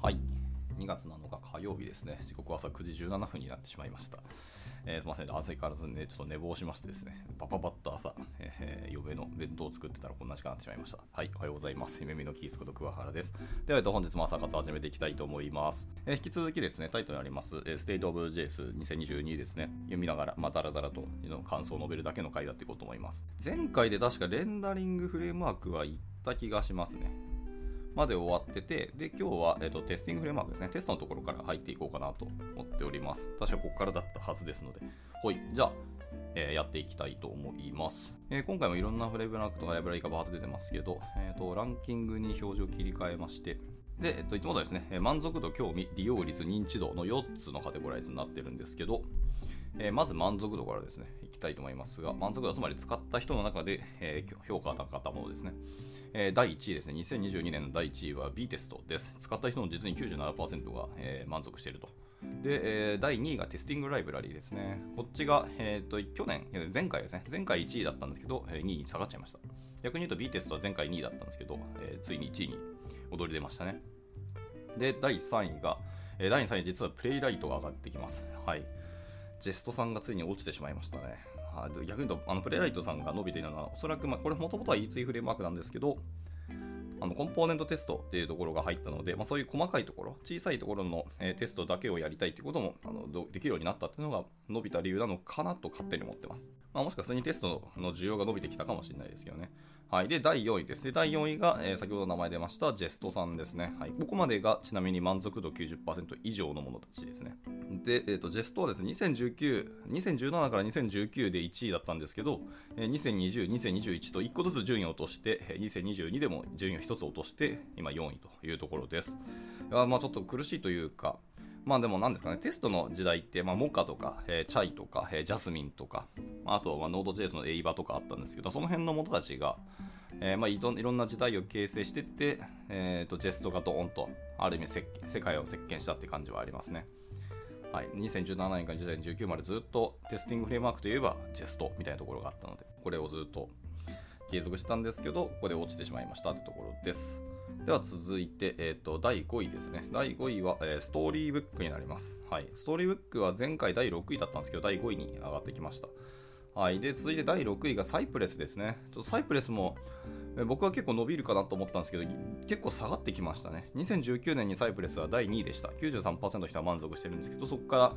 はい、2月7日火曜日ですね。時刻は朝9時17分になってしまいました。すみません、朝からずね、ちょっと寝坊しましてですね、パパッと朝、嫁の弁当を作ってたらこんな時間になってしまいました。はい、おはようございます。夢見のキースこと桑原です。では、本日も朝活始めていきたいと思います。引き続きですね、タイトルにあります、State of JS2022 ですね、読みながら、ダラダラと感想を述べるだけの回だっていこうと思います。前回で確かレンダリングフレームワークは言った気がしますね。まで終わってて、で、今日は、テスティングフレームワークですね。テストのところから入っていこうかなと思っております。確かここからだったはずですので。はい、じゃあ、やっていきたいと思います。今回もいろんなフレームワークとかライブラリがバーッと出てますけど、ランキングに表示を切り替えまして、で、いつもとですね、満足度、興味、利用率、認知度の4つのカテゴライズになってるんですけど、まず満足度からですね、いきたいと思いますが、満足度はつまり使った人の中で、評価が高かったものですね。第1位ですね、2022年の第1位は B テストです。使った人の実に 97% が、満足していると。で、第2位がテスティングライブラリーですね。こっちが、去年、前回ですね、前回1位だったんですけど、2位に下がっちゃいました。逆に言うと B テストは前回2位だったんですけど、ついに1位に躍り出ましたね。で、第3位が、第3位実はプレイライトが上がってきます。はい。ジェストさんがついに落ちてしまいましたね。逆に言うと、プレイライトさんが伸びているのは、おそらく、これもともとは E2 フレームワークなんですけど、コンポーネントテストっていうところが入ったので、そういう細かいところ、小さいところの、テストだけをやりたいということもできるようになったっていうのが伸びた理由なのかなと勝手に思ってます。もしくは普通にテストの需要が伸びてきたかもしれないですけどね。はい。で、第4位です。で、第4位が、先ほど名前出ました、ジェストさんですね。はい。ここまでがちなみに満足度 90% 以上のものたちですね。で、ジェストはですね、2017から2019で1位だったんですけど、2020、2021と1個ずつ順位を落として、2022でも順位を1つ落として、今4位というところです。ちょっと苦しいというか、でも何ですかね、テストの時代って、モカとか、チャイとか、ジャスミンとか、あとはNode.js のエイバとかあったんですけど、その辺の元たちが、いろんな時代を形成していって、ジェストがドーンと、ある意味世界を席巻したって感じはありますね。はい、2017年から2019までずっとテスティングフレームワークといえばジェストみたいなところがあったので、これをずっと継続してたんですけど、ここで落ちてしまいましたというところです。では続いて、第5位ですね。第5位は、ストーリーブックになります。はい、ストーリーブックは前回第6位だったんですけど、第5位に上がってきました。はい、で続いて第6位がサイプレスですね。サイプレスも僕は結構伸びるかなと思ったんですけど、結構下がってきましたね。2019年にサイプレスは第2位でした。93% の人は満足してるんですけど、そこから、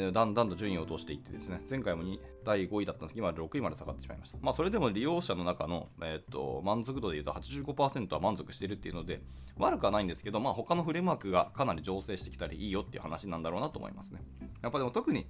だんだんと順位を落としていってですね、前回も第5位だったんですけど、今6位まで下がってしまいました。それでも利用者の中の、満足度でいうと 85% は満足しているっていうので、悪くはないんですけど、他のフレームワークがかなり醸成してきたりいいよっていう話なんだろうなと思いますね。やっぱでも特に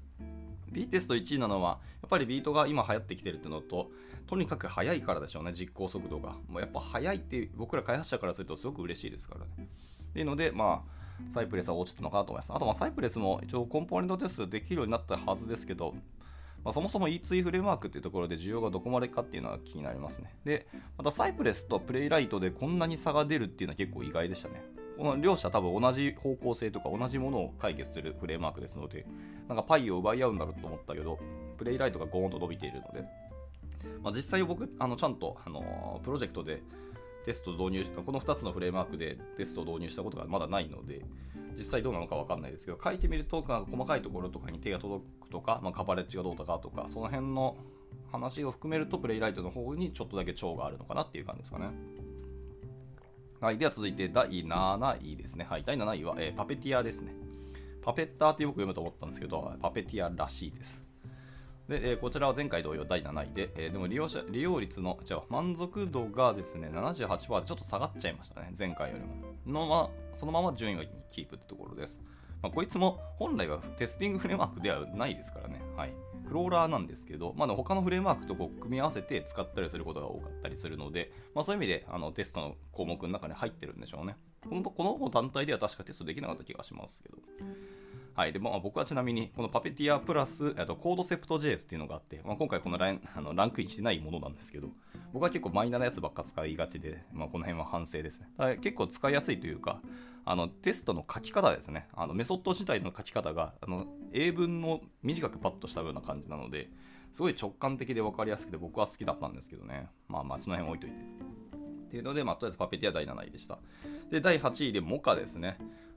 B テスト1位なのは、やっぱりビートが今流行ってきてるっていうのと、とにかく速いからでしょうね、実行速度が。やっぱ速いって僕ら開発者からするとすごく嬉しいですからね。っていうので、サイプレスは落ちたのかなと思います。あと、サイプレスも一応コンポーネントテストできるようになったはずですけど、そもそも E2 フレームワークっていうところで需要がどこまでかっていうのは気になりますね。で、またサイプレスとプレイライトでこんなに差が出るっていうのは結構意外でしたね。この両者多分同じ方向性とか同じものを解決するフレームワークですので、パイを奪い合うんだろうと思ったけど、プレイライトがゴーンと伸びているので、実際僕、ちゃんと、プロジェクトでテストを導入した、この2つのフレームワークでテストを導入したことがまだないので、実際どうなのか分かんないですけど、書いてみると、細かいところとかに手が届くとか、カバレッジがどうだかとか、その辺の話を含めると、プレイライトの方にちょっとだけ長があるのかなっていう感じですかね。はい、では続いて第7位ですね。はい、第7位は、パペティアですね。パペッターってよく読むと思ったんですけど、パペティアらしいです。で、こちらは前回同様第7位で、でも利用率の、満足度がですね、78% でちょっと下がっちゃいましたね、前回よりも。そのまま順位をキープってところです。こいつも本来はテスティングフレームワークではないですからね。はい。クローラーなんですけど、他のフレームワークと組み合わせて使ったりすることが多かったりするので、そういう意味でテストの項目の中に入ってるんでしょうね。この単体では確かテストできなかった気がしますけど。はい。で、僕はちなみに、このパペティアプラス、コードセプト JS っていうのがあって、今回このランクインしてないものなんですけど、僕は結構マイナーなやつばっか使いがちで、この辺は反省ですね。結構使いやすいというか、テストの書き方ですね。メソッド自体の書き方が、英文の短くパッとしたような感じなので、すごい直感的で分かりやすくて僕は好きだったんですけどね。その辺置いといて。っていうので、とりあえずパペティア第7位でした。で、第8位でモカですね。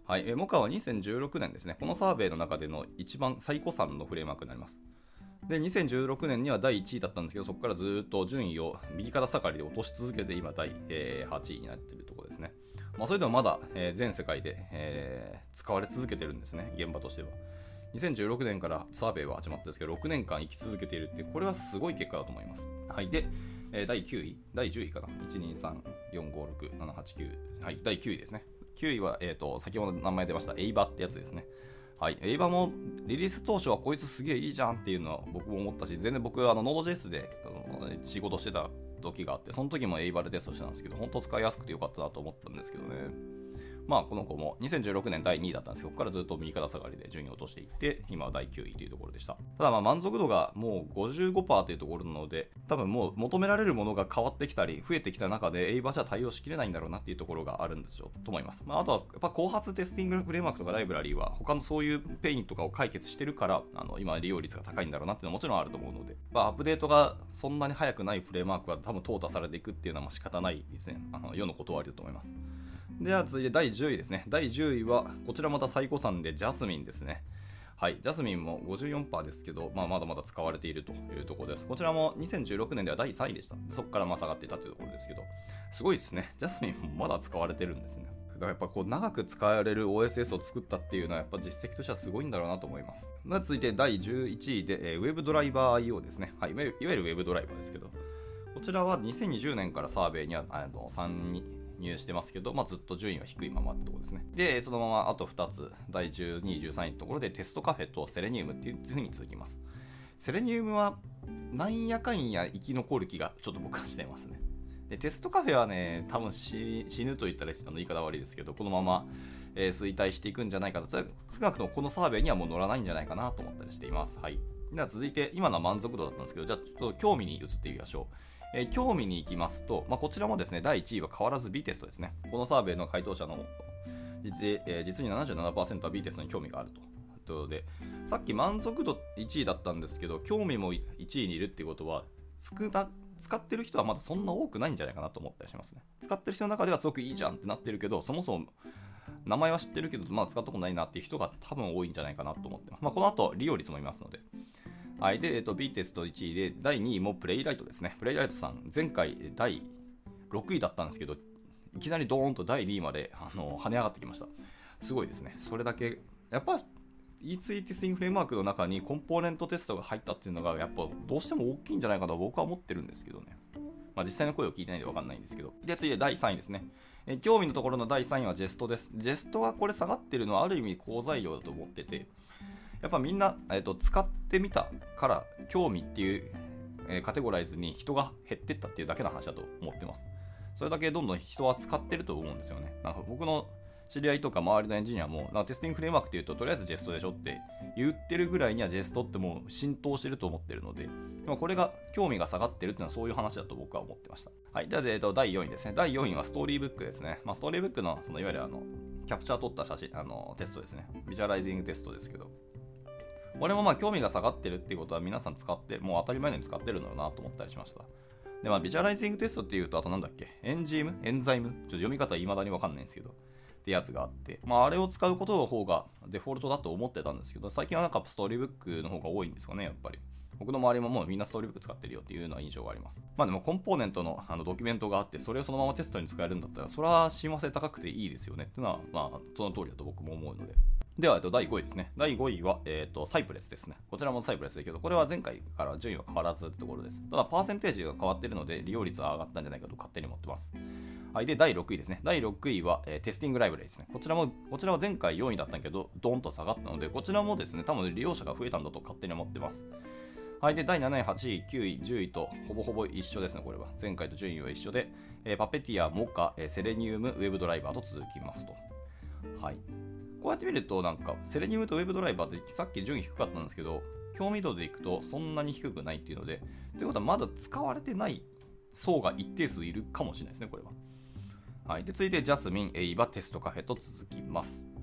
はい、モカは2016年ですね。このサーベイの中での一番最古参のフレームワークになります。で、2016年には第1位だったんですけど、そこからずっと順位を右肩下がりで落とし続けて、今第8位になっているところですね。それでもまだ全世界で使われ続けてるんですね、現場としては。2016年からサーベイは始まったんですけど、6年間生き続けているって、これはすごい結果だと思います。はい。で、第9位、第10位かな。1、2、3、4、5、6、7、8、9。はい、第9位ですね。9位は、先ほど名前出ました、エイバってやつですね。はい、エイバもリリース当初はこいつすげえいいじゃんっていうのは僕も思ったし、全然僕、Node.js で仕事してた時があって、その時もエイバでテストしてたんですけど、本当使いやすくてよかったなと思ったんですけどね。この子も2016年第2位だったんですけど、ここからずっと右肩下がりで順位を落としていって、今は第9位というところでした。ただ満足度がもう 55% というところなので、多分もう求められるものが変わってきたり、増えてきた中で、エイバじゃ対応しきれないんだろうなっていうところがあるんですよ、と思います。あとはやっぱ後発テスティングフレームワークとかライブラリーは、他のそういうペインとかを解決してるから、今利用率が高いんだろうなっていうのはもちろんあると思うので、アップデートがそんなに早くないフレームワークは多分淘汰されていくっていうのは仕方ないですね。世の断りだと思います。では続いて第10位ですね。第10位はこちらまた最古参でジャスミンですね。はい、ジャスミンも 54% ですけど、まだまだ使われているというところです。こちらも2016年では第3位でした。そこから下がっていたというところですけど、すごいですね。ジャスミンもまだ使われてるんですね。だからやっぱ長く使われる OSS を作ったっていうのはやっぱ実績としてはすごいんだろうなと思います。続いて第11位で、ウェブドライバー IO ですね。はい、いわゆるウェブドライバーですけど、こちらは2020年からサーベイには3に入してますけど、ずっと順位は低いままってところですね。で、そのままあと2つ、第12位、13位のところでテストカフェとセレニウムっていう風に続きます。セレニウムはなんやかんや生き残る気がちょっと僕はしてますね。で、テストカフェはね、多分死ぬと言ったら言い方悪いですけど、このまま、衰退していくんじゃないかと、少なくともこのサーベイにはもう乗らないんじゃないかなと思ったりしています。はい。では続いて、今のは満足度だったんですけど、じゃあちょっと興味に移ってみましょう。興味に行きますと、こちらもですね、第1位は変わらず B テストですね。このサーベイの回答者の実に 77% は B テストに興味があると。ということで、さっき満足度1位だったんですけど、興味も1位にいるっていうことは、使ってる人はまだそんな多くないんじゃないかなと思ったりしますね。使ってる人の中ではすごくいいじゃんってなってるけど、そもそも名前は知ってるけど、使ったことないなっていう人が多分多いんじゃないかなと思ってます。この後、利用率もいますので。はい。で、B テスト1位で、第2位もプレイライトですね。プレイライトさん、前回第6位だったんですけど、いきなりドーンと第2位まで跳ね上がってきました。すごいですね。それだけ、やっぱ E2 テスティングフレームワークの中にコンポーネントテストが入ったっていうのが、やっぱどうしても大きいんじゃないかと僕は思ってるんですけどね。実際の声を聞いてないんで分かんないんですけど。で、次で第3位ですね。興味のところの第3位はジェストです。ジェストがこれ下がってるのはある意味好材料だと思ってて、やっぱみんな、使ってみたから興味っていう、カテゴライズに人が減ってったっていうだけの話だと思ってます。それだけどんどん人は使ってると思うんですよね。なんか僕の知り合いとか周りのエンジニアもテスティングフレームワークっていうととりあえずジェストでしょって言ってるぐらいにはジェストってもう浸透してると思ってるので、でもこれが興味が下がってるっていうのはそういう話だと僕は思ってました。はい。では、第4位ですね。第4位はストーリーブックですね。ストーリーブックのいわゆるキャプチャー撮った写真テストですね。ビジュアライジングテストですけど。これも興味が下がってるっていうことは皆さん使って、もう当たり前のように使ってるんだろうなと思ったりしました。で、ビジュアライジングテストっていうと、あとなんだっけ、エンザイムちょっと読み方未だにわかんないんですけど、ってやつがあって、あれを使うことの方がデフォルトだと思ってたんですけど、最近はなんかストーリーブックの方が多いんですかね、やっぱり。僕の周りももうみんなストーリーブック使ってるよっていうような印象があります。でもコンポーネントのドキュメントがあって、それをそのままテストに使えるんだったら、それは親和性高くていいですよねっていうのは、その通りだと僕も思うので。では、第5位ですね。第5位は、サイプレスですね。こちらもサイプレスだけど、これは前回から順位は変わらずってところです。ただ、パーセンテージが変わっているので、利用率は上がったんじゃないかと勝手に思ってます。はい。で、第6位ですね。第6位は、テスティングライブラリですね。こちらは前回4位だったんだけど、ドーンと下がったので、こちらもですね、多分利用者が増えたんだと勝手に思ってます。はい。で、第7位、8位、9位、10位とほぼほぼ一緒ですね、これは。前回と順位は一緒で、パペティア、モカ、セレニウム、ウェブドライバーと続きますと。はい。こうやって見ると、なんか、セレニウムとウェブドライバーってさっき順位低かったんですけど、興味度でいくとそんなに低くないっていうので、ということはまだ使われてない層が一定数いるかもしれないですね、これは。はい。で、続いてジャスミン、エイバ、テストカフェと続きます。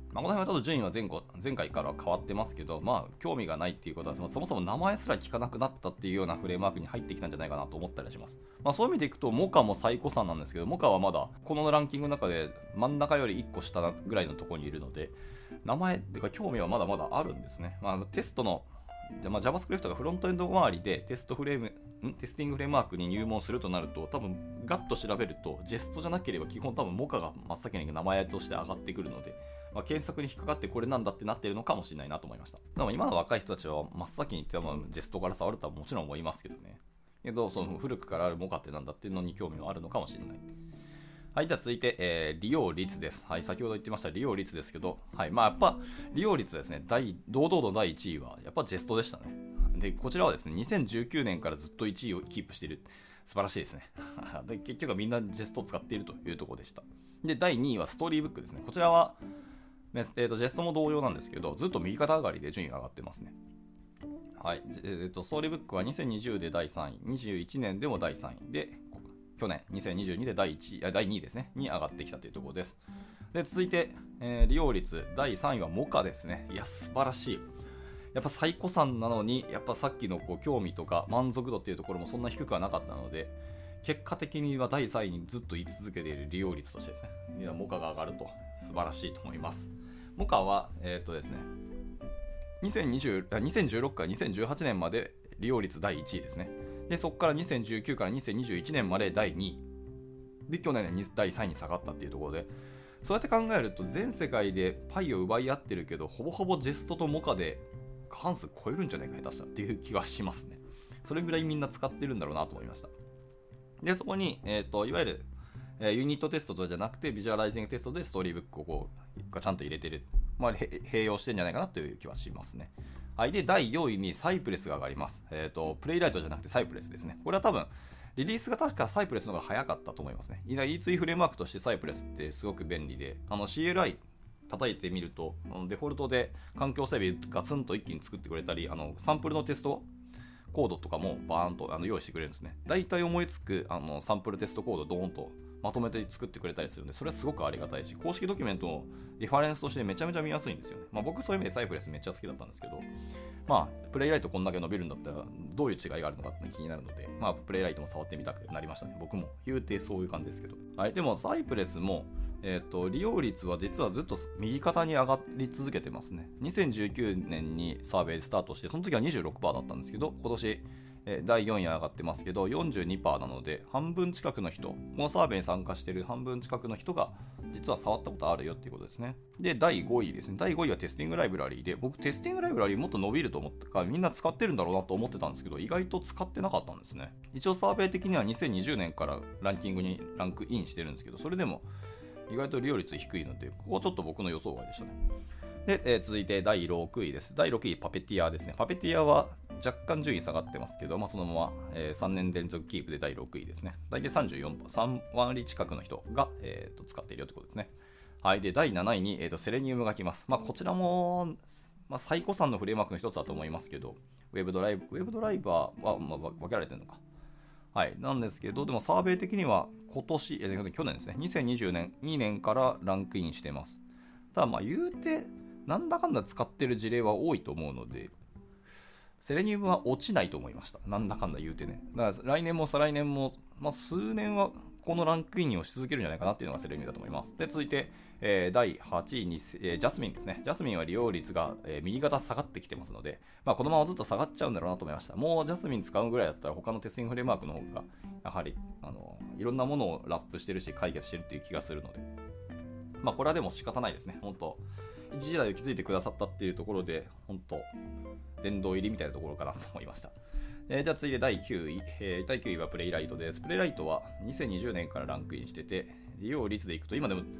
この辺はちょっと順位は前回から変わってますけど、興味がないっていうことは、そもそも名前すら聞かなくなったっていうようなフレームワークに入ってきたんじゃないかなと思ったりします。そういう意味でいくと、モカも最古参なんですけど、モカはまだこのランキングの中で真ん中より1個下ぐらいのところにいるので、名前っていうか興味はまだまだあるんですね。テストのJavaScript がフロントエンド周りでテスティングフレームワークに入門するとなると、多分ガッと調べると、ジェストじゃなければ基本多分モカが真っ先に名前として上がってくるので、検索に引っかかってこれなんだってなってるのかもしれないなと思いました。でも今の若い人たちは真っ先にジェストから触るとはもちろん思いますけどね。その古くからあるモカってなんだっていうのに興味はあるのかもしれない。はい、では続いて、利用率です。はい、先ほど言ってました利用率ですけど、はい、やっぱ利用率ですね、堂々の第1位はやっぱジェストでしたね。で、こちらはですね、2019年からずっと1位をキープしている。素晴らしいですね。で、結局はみんなジェストを使っているというところでした。で、第2位はストーリーブックですね。こちらは、ジェストも同様なんですけど、ずっと右肩上がりで順位が上がってますね。はい、ストーリーブックは2020で第3位、21年でも第3位で、去年2022で第2位ですねに上がってきたというところです。で、続いて、利用率第3位はモカですね。いや、素晴らしい。やっぱ最古参なのに、やっぱさっきの興味とか満足度っていうところもそんな低くはなかったので、結果的には第3位にずっと言い続けている利用率としてですね、モカが上がると素晴らしいと思います。モカは、ですね、2016から2018年まで利用率第1位ですね。で、そこから2019から2021年まで第2位。で、去年第3位に下がったっていうところで、そうやって考えると全世界でパイを奪い合ってるけど、ほぼほぼジェストとモカで過半数超えるんじゃないか下手したらっていう気がしますね。それぐらいみんな使ってるんだろうなと思いました。で、そこに、いわゆる、ユニットテストとじゃなくてビジュアライジングテストでストーリーブックをちゃんと入れてる。併用してるんじゃないかなという気はしますね。はい。で、第4位にサイプレスが上がります。プレイライトじゃなくてサイプレスですね。これは多分、リリースが確かサイプレスの方が早かったと思いますね。E2 フレームワークとしてサイプレスってすごく便利で、CLI 叩いてみると、デフォルトで環境整備ガツンと一気に作ってくれたり、サンプルのテストコードとかもバーンと用意してくれるんですね。大体思いつくサンプルテストコードをドーンとまとめて作ってくれたりするので、それはすごくありがたいし、公式ドキュメントのリファレンスとしてめちゃめちゃ見やすいんですよね。僕そういう意味でサイプレスめっちゃ好きだったんですけど、プレイライトこんだけ伸びるんだったらどういう違いがあるのかって気になるので、プレイライトも触ってみたくなりましたね。僕も言うてそういう感じですけど。はい、でもサイプレスも利用率は実はずっと右肩に上がり続けてますね。2019年にサーベイスタートして、その時は 26% だったんですけど、今年第4位上がってますけど 42% なので、半分近くの人、このサーベイに参加している半分近くの人が実は触ったことあるよっていうことですね。で、第5位ですね。第5位はテスティングライブラリーで、僕テスティングライブラリーもっと伸びると思ってからみんな使ってるんだろうなと思ってたんですけど、意外と使ってなかったんですね。一応サーベイ的には2020年からランキングにランクインしてるんですけど、それでも意外と利用率低いので、ここはちょっと僕の予想外でしたね。で、続いて第6位です。第6位、パペティアですね。パペティアは若干順位下がってますけど、そのまま、3年連続キープで第6位ですね。大体34%、3割近くの人が、使っているよということですね。はい。で、第7位に、セレニウムが来ます。こちらも、最古参のフレームワークの一つだと思いますけど、ウェブドライバーは、分けられてるのか。はい。なんですけど、でもサーベイ的には去年ですね、2020年、2年からランクインしてます。ただ言うて、なんだかんだ使ってる事例は多いと思うので、セレニウムは落ちないと思いました。なんだかんだ言うてね。だから来年も再来年も、数年はこのランクインをし続けるんじゃないかなっていうのがセレニウムだと思います。で、続いて、第8位に、ジャスミンですね。ジャスミンは利用率が、右肩下がってきてますので、このままずっと下がっちゃうんだろうなと思いました。もうジャスミン使うぐらいだったら他のテスティングフレームワークの方が、やはり、いろんなものをラップしてるし解決してるっていう気がするので、これはでも仕方ないですね。本当一時代を築いてくださったっていうところで、本当殿堂入りみたいなところかなと思いました。じゃあ続いて第9位、第9位はプレイライトです。プレイライトは2020年からランクインしてて、利用率でいくと今でも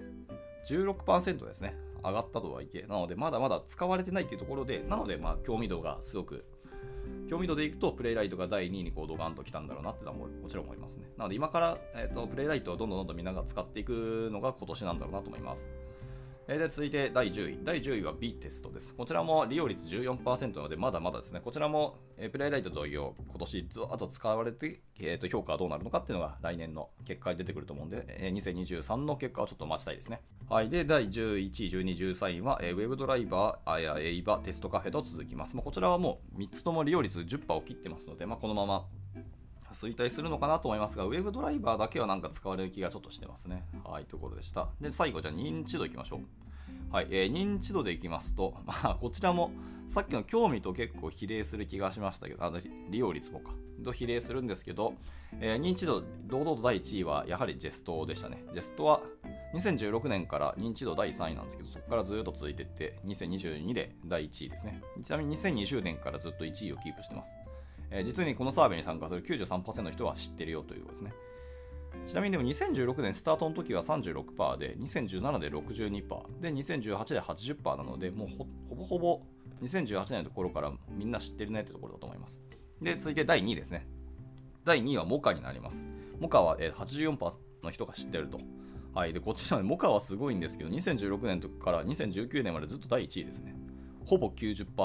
16% ですね。上がったとはいえ、なのでまだまだ使われてないっていうところで、なので興味度がすごく、興味度でいくとプレイライトが第2位にドガンと来たんだろうなってのはもちろん思いますね。なので今から、プレイライトをどんどんみんなが使っていくのが今年なんだろうなと思います。で続いて第10位。第10位は B テストです。こちらも利用率 14% なので、まだまだですね。こちらもプレイライト同様、今年ずっと使われて、評価はどうなるのかっていうのが来年の結果に出てくると思うんで、2023の結果をちょっと待ちたいですね。 はい。で、第11位、12位、13位は、ウェブドライバー、エイバ、テストカフェと続きます。こちらはもう3つとも利用率 10% を切ってますので、このまま衰退するのかなと思いますが、ウェブドライバーだけはなんか使われる気がちょっとしてますね。はい、ところでした。で、最後、じゃあ認知度いきましょう。はい、認知度でいきますと、こちらもさっきの興味と結構比例する気がしましたけど、利用率もかと比例するんですけど、認知度堂々と第1位はやはりジェストでしたね。ジェストは2016年から認知度第3位なんですけど、そこからずっと続いていって2022で第1位ですね。ちなみに2020年からずっと1位をキープしてます。実にこのサーベイに参加する 93% の人は知ってるよということですね。ちなみにでも2016年スタートの時は 36% で、2017で 62% で、2018で 80% なので、もうほぼほぼ2018年のところからみんな知ってるねってところだと思います。で、続いて第2位ですね。第2位はモカになります。モカは 84% の人が知ってると。はい。で、こちらモカはすごいんですけど、2016年から2019年までずっと第1位ですね。ほぼ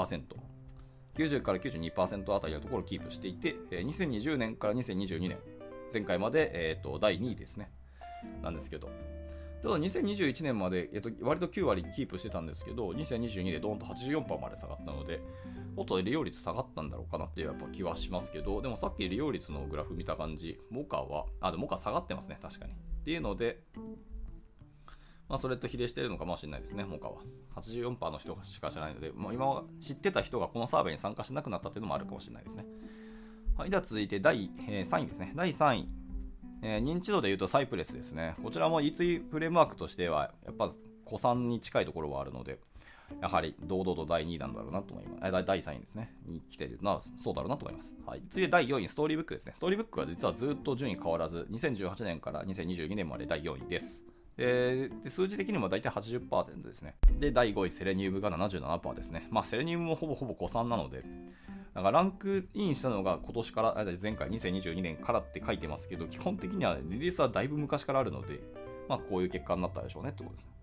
90%。90から 92% あたりのところをキープしていて、2020年から2022年、前回まで、第2位ですね。なんですけど。ただ2021年まで、割と9割キープしてたんですけど、2022でドーンと 84% まで下がったので、もっと利用率下がったんだろうかなっていうやっぱ気はしますけど、でもさっき利用率のグラフ見た感じ、モカは、でもモカ下がってますね、確かに。っていうので、それと比例しているのかもしれないですね、モカは。84% の人しか知らないので、今は知ってた人がこのサーベイに参加しなくなったっていうのもあるかもしれないですね。はい、では続いて第3位ですね。第3位。認知度でいうとサイプレスですね。こちらも E2 フレームワークとしては、やっぱ古参に近いところはあるので、やはり堂々と第2位なんだろうなと思います。第3位ですね。に来てるのはそうだろうなと思います。はい、次第4位、ストーリーブックですね。ストーリーブックは実はずっと順位変わらず、2018年から2022年まで第4位です。で数字的にも大体 80% ですね。で、第5位、セレニウムが 77% ですね。セレニウムもほぼほぼ古参なので、ランクインしたのが今年から、前回2022年からって書いてますけど、基本的にはリリースはだいぶ昔からあるので、こういう結果になったでしょうねってことですね。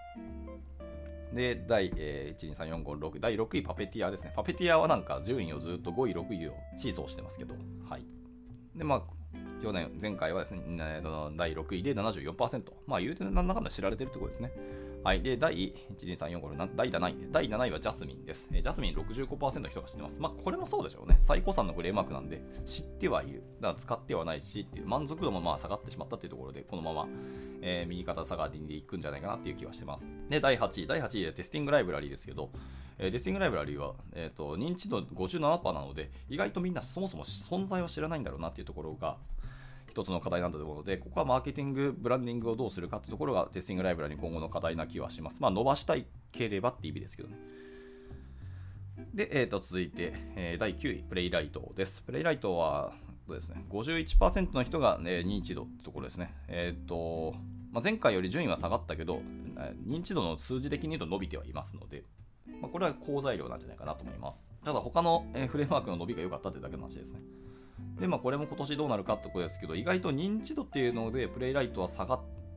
で、第1、2、3、4、5、6、第6位パペティアですね。パペティアはなんか順位をずっと5位、6位をシーソーしてますけど、はい。で、前回はですね、第6位で 74%。言うてなんだかんだ知られてるってことですね。はい。で、第1、2、3、4、5、第7位。第7位はジャスミンです。ジャスミン 65% の人が知ってます。これもそうでしょうね。最古参のフレームワークなんで、知ってはいる。だから使ってはないし、っていう満足度も下がってしまったっていうところで、このまま、右肩下がりでいくんじゃないかなっていう気はしてます。で、第8位。第8位でテスティングライブラリーですけど、テスティングライブラリーは、認知度 57% なので、意外とみんなそもそも存在を知らないんだろうなっていうところが、一つの課題なんだと思うので、ここはマーケティング、ブランディングをどうするかというところがテスティングライブラリ今後の課題な気はします。伸ばしたいければっていう意味ですけどね。で、続いて、第9位、プレイライトです。プレイライトはですね、51% の人が、認知度ってところですね。前回より順位は下がったけど、認知度の数字的に言うと伸びてはいますので、これは好材料なんじゃないかなと思います。ただ他の、フレームワークの伸びが良かったというだけの話ですね。で、これも今年どうなるかってことですけど、意外と認知度っていうので、プレイライトは下がって、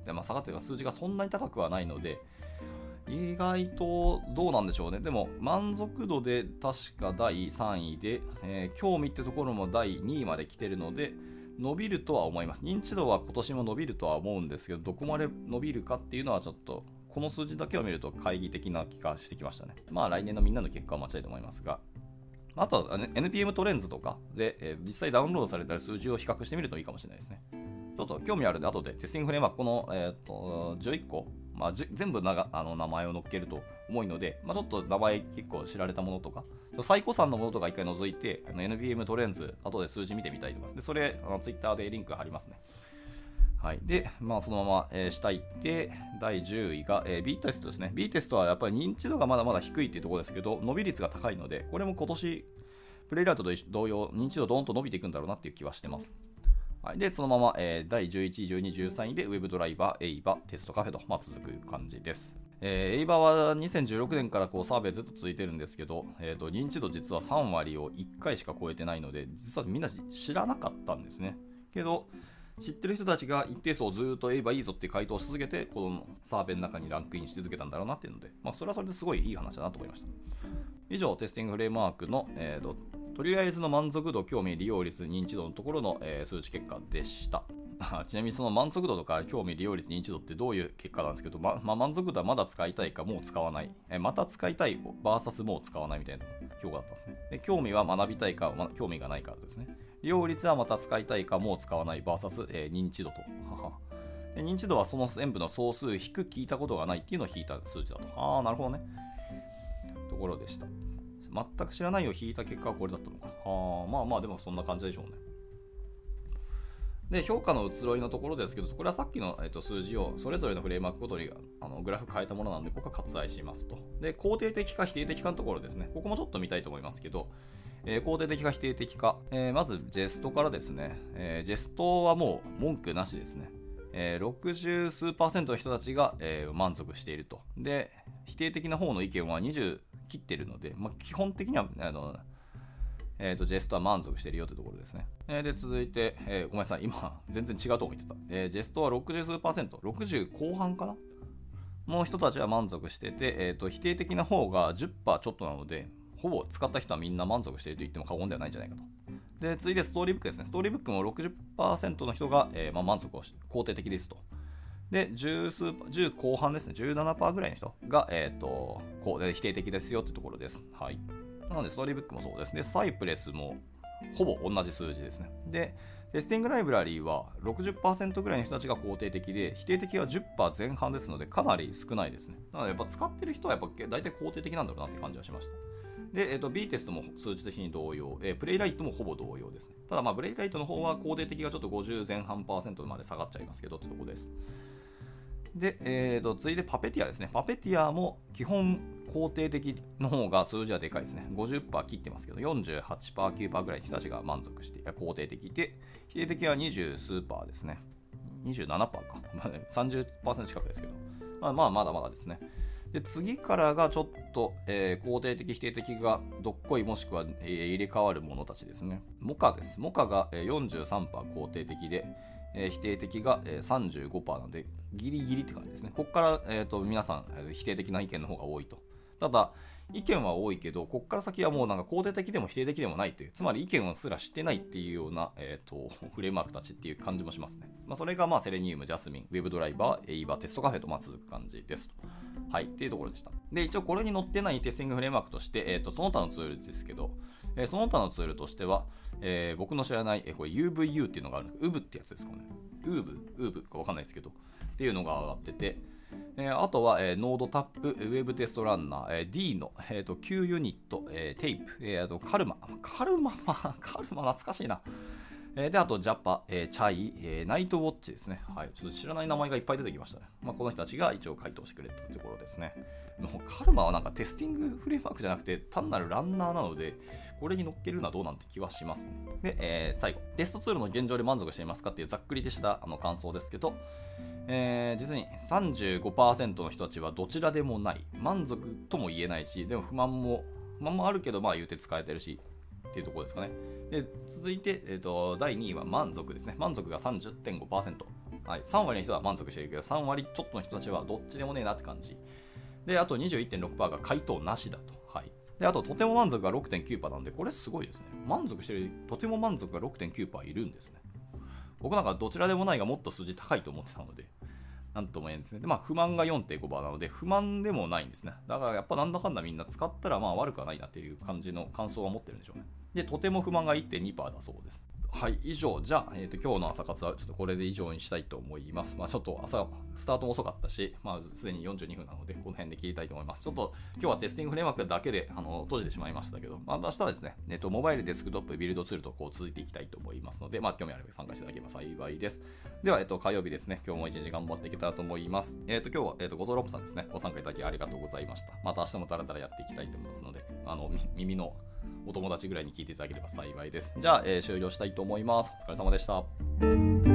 下がっていうか数字がそんなに高くはないので、意外とどうなんでしょうね。でも、満足度で確か第3位で、興味ってところも第2位まで来てるので、伸びるとは思います。認知度は今年も伸びるとは思うんですけど、どこまで伸びるかっていうのはちょっと、この数字だけを見ると懐疑的な気がしてきましたね。来年のみんなの結果は待ちたいと思いますが、あとは NPM トレンズとかで、実際ダウンロードされた数字を比較してみるといいかもしれないですね。ちょっと興味あるんで、後でテスティングフレームワーク、この、11個、全部名前を載っけると重いので、ちょっと名前結構知られたものとか、最古参のものとか一回除いて、NPM トレンズ、後で数字見てみたいと思います。で、それ、Twitter でリンク貼りますね。はい。で、そのまま、下行って、第10位が、B テストですね。B テストはやっぱり認知度がまだまだ低いっていうところですけど、伸び率が高いので、これも今年、プレイライトと同様、認知度ドーンと伸びていくんだろうなっていう気はしてます。はい。で、そのまま、第11位、12位、13位で、ウェブドライバー、エイバ、テストカフェと、続く感じです。エイバは2016年からサーベイずっと続いてるんですけど、認知度実は3割を1回しか超えてないので、実はみんな知らなかったんですね。けど、知ってる人たちが一定数ずっとエイバいいぞって回答し続けて、このサーベイの中にランクインし続けたんだろうなっていうので、それはそれですごいいい話だなと思いました。以上、テスティングフレームワークの、とりあえずの満足度、興味、利用率、認知度のところの、数値結果でした。 ちなみにその満足度とか興味利用率認知度ってどういう結果なんですけど、満足度はまだ使いたいかもう使わない、また使いたい VS もう使わないみたいな評価だったんですね。で興味は学びたいか、興味がないかですね。利用率はまた使いたいかもう使わない VS、認知度と。で認知度はその全部の総数引く聞いたことがないっていうのを引いた数値だと。なるほどね。ところでした。全く知らないを引いた結果はこれだったのか。まあでもそんな感じでしょうね。で評価の移ろいのところですけど、これはさっきの、数字をそれぞれのフレームワークごとにグラフ変えたものなので、ここは割愛しますと。で肯定的か否定的かのところですね。ここもちょっと見たいと思いますけど、肯定的か否定的か、まずジェストからですね。ジェストはもう文句なしですね。60数%の人たちが、満足していると。で否定的な方の意見は20切っているので、基本的にはジェストは満足しているよというところですね。で続いて、ごめんなさい、今全然違うとこ見てた。ジェストは60数%、60後半かなの人たちは満足してて、否定的な方が 10% ちょっとなので、ほぼ使った人はみんな満足していると言っても過言ではないんじゃないかと。で続いてストーリーブックですね。ストーリーブックも 60% の人が、満足をし肯定的ですと。で10後半ですね、17% ぐらいの人が、否定的ですよというところです。はい。なのでストーリーブックもそうですね。サイプレスもほぼ同じ数字ですね。でテスティングライブラリーは 60% ぐらいの人たちが肯定的で、否定的は 10% 前半ですのでかなり少ないですね。なのでやっぱ使ってる人はやっぱ大体肯定的なんだろうなって感じはしました。で、B テストも数値的に同様、プレイライトもほぼ同様ですね。ただプレイライトの方は肯定的がちょっと50前半%まで下がっちゃいますけどというところです。で、続いてパペティアですね。パペティアも基本肯定的の方が数字はでかいですね。50% 切ってますけど、48%、9% ぐらいの人たちが満足して、肯定的で、否定的は20数%ですね。27%か。30% 近くですけど。まだまだですね。で次からがちょっと、肯定的、否定的がどっこいもしくは、入れ替わるものたちですね。モカです。モカが 43% 肯定的で、否定的が 35% なのでギリギリって感じですね。ここから、皆さん否定的な意見の方が多いと。ただ意見は多いけど、ここから先はもう肯定的でも否定的でもないという、つまり意見をすらしてないっていうような、フレームワークたちっていう感じもしますね。それがセレニウム、ジャスミン、ウェブドライバー、エイバー、テストカフェと続く感じですと。はい、っていうところでした。で、一応これに載ってないテスティングフレームワークとして、その他のツールですけど、その他のツールとしては、僕の知らない、これ UVU っていうのがあるんです。UV ってやつですかね。UV かわかんないですけど、っていうのが上がってて、あとは、ノードタップ、ウェブテストランナー、D の、Q ユニット、テイプ、あとカルマ懐かしいな。で、あとジャパ、チャイ、ナイトウォッチですね。はい。ちょっと知らない名前がいっぱい出てきましたね。この人たちが一応回答してくれたところですね。もうカルマはテスティングフレームワークじゃなくて単なるランナーなので、これに乗っけるのはどうなんて気はしますね。で、最後、テストツールの現状で満足していますかっていうざっくりとした感想ですけど、実に 35% の人たちはどちらでもない。満足とも言えないし、でも不満もあるけど、言うて使えてるし、っていうところですかね。で続いて、第2位は満足ですね。満足が 30.5%。はい、3割の人は満足しているけど、3割ちょっとの人たちはどっちでもねえなって感じ。で、あと 21.6% が回答なしだと。はい。で、あととても満足が 6.9% なので、これすごいですね。満足してる、とても満足が 6.9% いるんですね。僕どちらでもないがもっと数字高いと思ってたので、なんとも言えんですね。で、不満が 4.5% なので、不満でもないんですね。だからやっぱなんだかんだみんな使ったら悪くはないなっていう感じの感想は持ってるんでしょうね。で、とても不満が 1.2% だそうです。はい、以上。じゃあ、今日の朝活はちょっとこれで以上にしたいと思います。ちょっと朝、スタートも遅かったし、すでに42分なので、この辺で切りたいと思います。ちょっと今日はテスティングフレームワークだけで閉じてしまいましたけど、明日はですね、モバイルデスクトップ、ビルドツールと続いていきたいと思いますので、興味あれば参加していただければ幸いです。では、火曜日ですね、今日も一日頑張っていけたらと思います。今日は、ゴゾロップさんですね、ご参加いただきありがとうございました。また明日もダラダラやっていきたいと思いますので、耳のお友達ぐらいに聞いていただければ幸いです。じゃあ、終了したいと思います。お疲れ様でした。